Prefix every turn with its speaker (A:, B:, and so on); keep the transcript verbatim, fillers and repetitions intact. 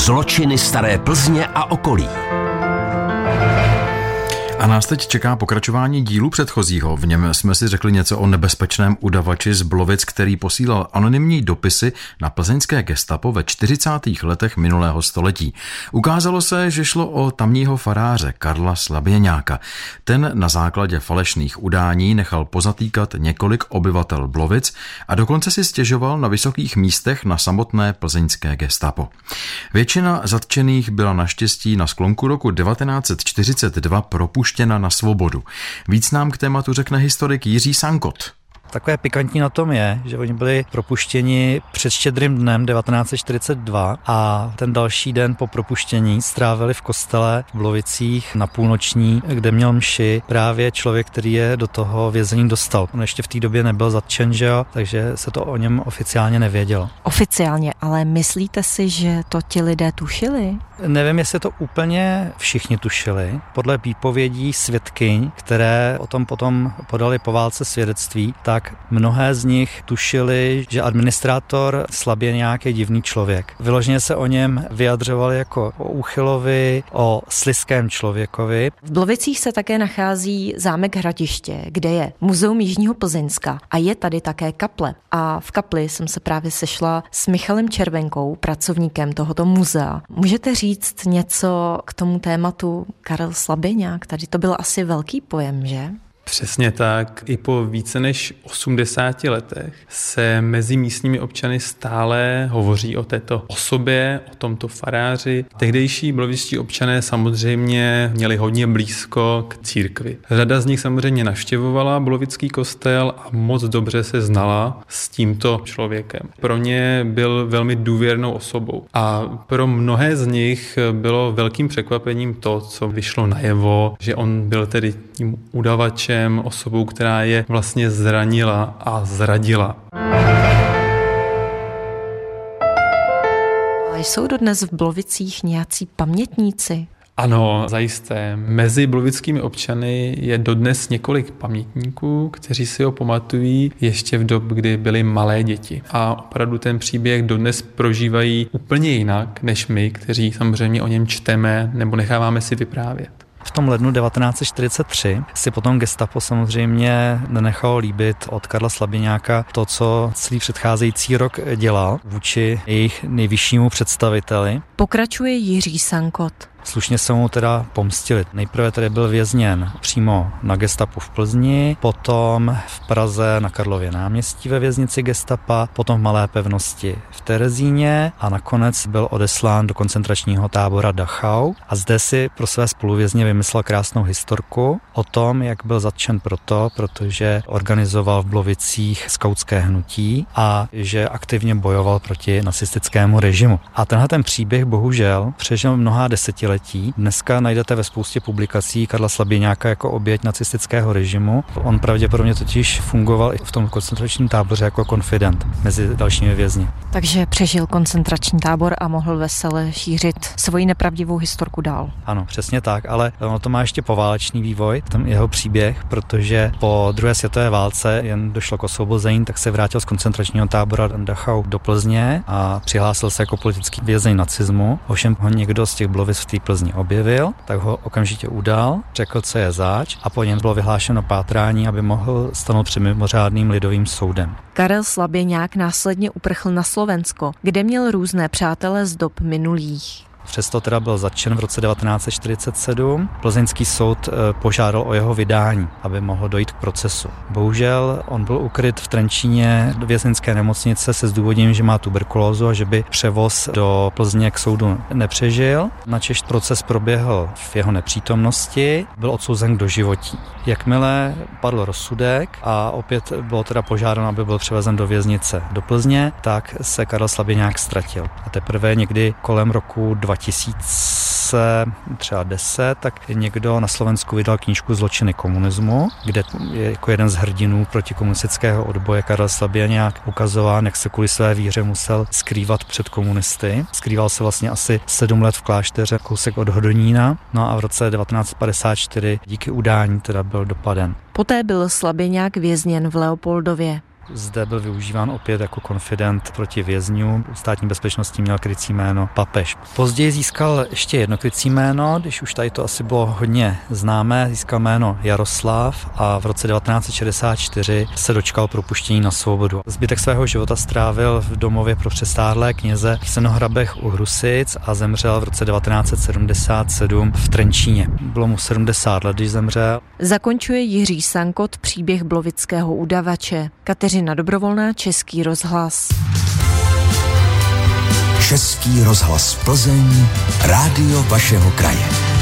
A: Zločiny staré Plzně a okolí.
B: A nás teď čeká pokračování dílu předchozího. V něm jsme si řekli něco o nebezpečném udavači z Blovic, který posílal anonymní dopisy na plzeňské gestapo ve čtyřicátých letech minulého století. Ukázalo se, že šlo o tamního faráře Karla Slaběňáka. Ten na základě falešných udání nechal pozatýkat několik obyvatel Blovic a dokonce si stěžoval na vysokých místech na samotné plzeňské gestapo. Většina zatčených byla naštěstí na sklonku roku devatenáct set čtyřicet dva propuštěna na svobodu. Víc nám k tématu řekne historik Jiří Sankot.
C: Takové pikantní na tom je, že oni byli propuštěni před Štědrým dnem devatenáct set čtyřicet dva a ten další den po propuštění strávili v kostele v Blovicích na půlnoční, kde měl mši právě člověk, který je do toho vězení dostal. On ještě v té době nebyl zatčen, že jo, takže se to o něm oficiálně nevědělo.
D: Oficiálně, ale myslíte si, že to ti lidé tušili?
C: Nevím, jestli to úplně všichni tušili. Podle výpovědí svědkyň, které o tom potom podali po válce svědectví, tak mnohé z nich tušili, že administrátor Slaběňák je divný člověk. Vyloženě se o něm vyjadřovali jako o úchylovi, o slizkém člověkovi.
D: V Blovicích se také nachází zámek Hradiště, kde je Muzeum Jižního Plzeňska a je tady také kaple. A v kapli jsem se právě sešla s Michalem Červenkou, pracovníkem tohoto muzea. Můžete říct něco k tomu tématu Karel Slaběňák? Tady to byl asi velký pojem, že?
E: Přesně tak. I po více než osmdesáti letech se mezi místními občany stále hovoří o této osobě, o tomto faráři. Tehdejší blovičtí občané samozřejmě měli hodně blízko k církvi. Řada z nich samozřejmě navštěvovala blovický kostel a moc dobře se znala s tímto člověkem. Pro ně byl velmi důvěrnou osobou. A pro mnohé z nich bylo velkým překvapením to, co vyšlo najevo, že on byl tedy tím udavačem, osobou, která je vlastně zranila a zradila.
D: A jsou dodnes v Blovicích nějací pamětníci?
E: Ano, zajisté. Mezi blovickými občany je dodnes několik pamětníků, kteří si ho pamatují ještě v době, kdy byly malé děti. A opravdu ten příběh dodnes prožívají úplně jinak, než my, kteří samozřejmě o něm čteme nebo necháváme si vyprávět.
C: V tom lednu devatenáct set čtyřicet tři si potom gestapo samozřejmě nenechalo líbit od Karla Slaběňáka to, co celý předcházející rok dělal vůči jejich nejvyššímu představiteli.
D: Pokračuje Jiří Sankot.
C: Slušně se mu teda pomstili. Nejprve tedy byl vězněn přímo na gestapu v Plzni, potom v Praze na Karlově náměstí ve věznici gestapa, potom v Malé Pevnosti v Terezíně a nakonec byl odeslán do koncentračního tábora Dachau a zde si pro své spoluvězně vymyslel krásnou historku o tom, jak byl zatčen proto, protože organizoval v Blovicích skautské hnutí a že aktivně bojoval proti nacistickému režimu. A tenhle ten příběh bohužel přežil mnohá desetiletí. Dneska najdete ve spoustě publikací Karla Slaběňáka jako oběť nacistického režimu. On pravděpodobně totiž fungoval i v tom koncentračním táboře jako konfident mezi dalšími vězni.
D: Takže přežil koncentrační tábor a mohl vesele šířit svoji nepravdivou historku dál.
C: Ano, přesně tak, ale ono to má ještě poválečný vývoj, ten jeho příběh, protože po druhé světové válce jen došlo k osvobození, tak se vrátil z koncentračního tábora Dachau do Plzně a přihlásil se jako politický vězeň nacismu. Ovšem ho někdo z těch Blovic v té Plzni objevil, tak ho okamžitě udal, řekl, co je zač a po něm bylo vyhlášeno pátrání, aby mohl stanout před mimořádným lidovým soudem.
D: Karel Slaběňák následně uprchl na Slovensko, kde měl různé přátele z dob minulých.
C: Přesto teda byl zatčen v roce devatenáct set čtyřicet sedm. Plzeňský soud požádal o jeho vydání, aby mohl dojít k procesu. Bohužel on byl ukryt v Trenčíně do vězeňské nemocnice se zdůvodněním, že má tuberkulózu a že by převoz do Plzně k soudu nepřežil. Načež proces proběhl v jeho nepřítomnosti, byl odsouzen k doživotí. Jakmile padl rozsudek a opět bylo teda požádáno, aby byl převezen do věznice do Plzně, tak se Karel Slaběňák ztratil. A teprve někdy kolem roku dva tisíce třeba deset, tak někdo na Slovensku vydal knížku Zločiny komunismu, kde je jako jeden z hrdinů protikomunistického odboje Karel Slaběňák ukazován, jak se kvůli své víře musel skrývat před komunisty. Skrýval se vlastně asi sedm let v klášteře, kousek od Hodonína, no a v roce devatenáct set padesát čtyři díky udání teda byl dopaden.
D: Poté byl Slaběňák vězněn v Leopoldově.
C: Zde byl využíván opět jako konfident proti vězňům. Státní bezpečnosti měl krycí jméno Papež. Později získal ještě jedno krycí jméno, když už tady to asi bylo hodně známé, získal jméno Jaroslav a v roce devatenáct set šedesát čtyři se dočkal propuštění na svobodu. Zbytek svého života strávil v domově pro přestárlé kněze v Senohrabech u Hrusic a zemřel v roce devatenáct set sedmdesát sedm v Trenčíně. Bylo mu sedmdesát let, když zemřel.
D: Zakončuje Jiří Sankot příběh blovického udavače. Kateřina Dobrovolná, Český rozhlas.
F: Český rozhlas Plzeň, rádio vašeho kraje.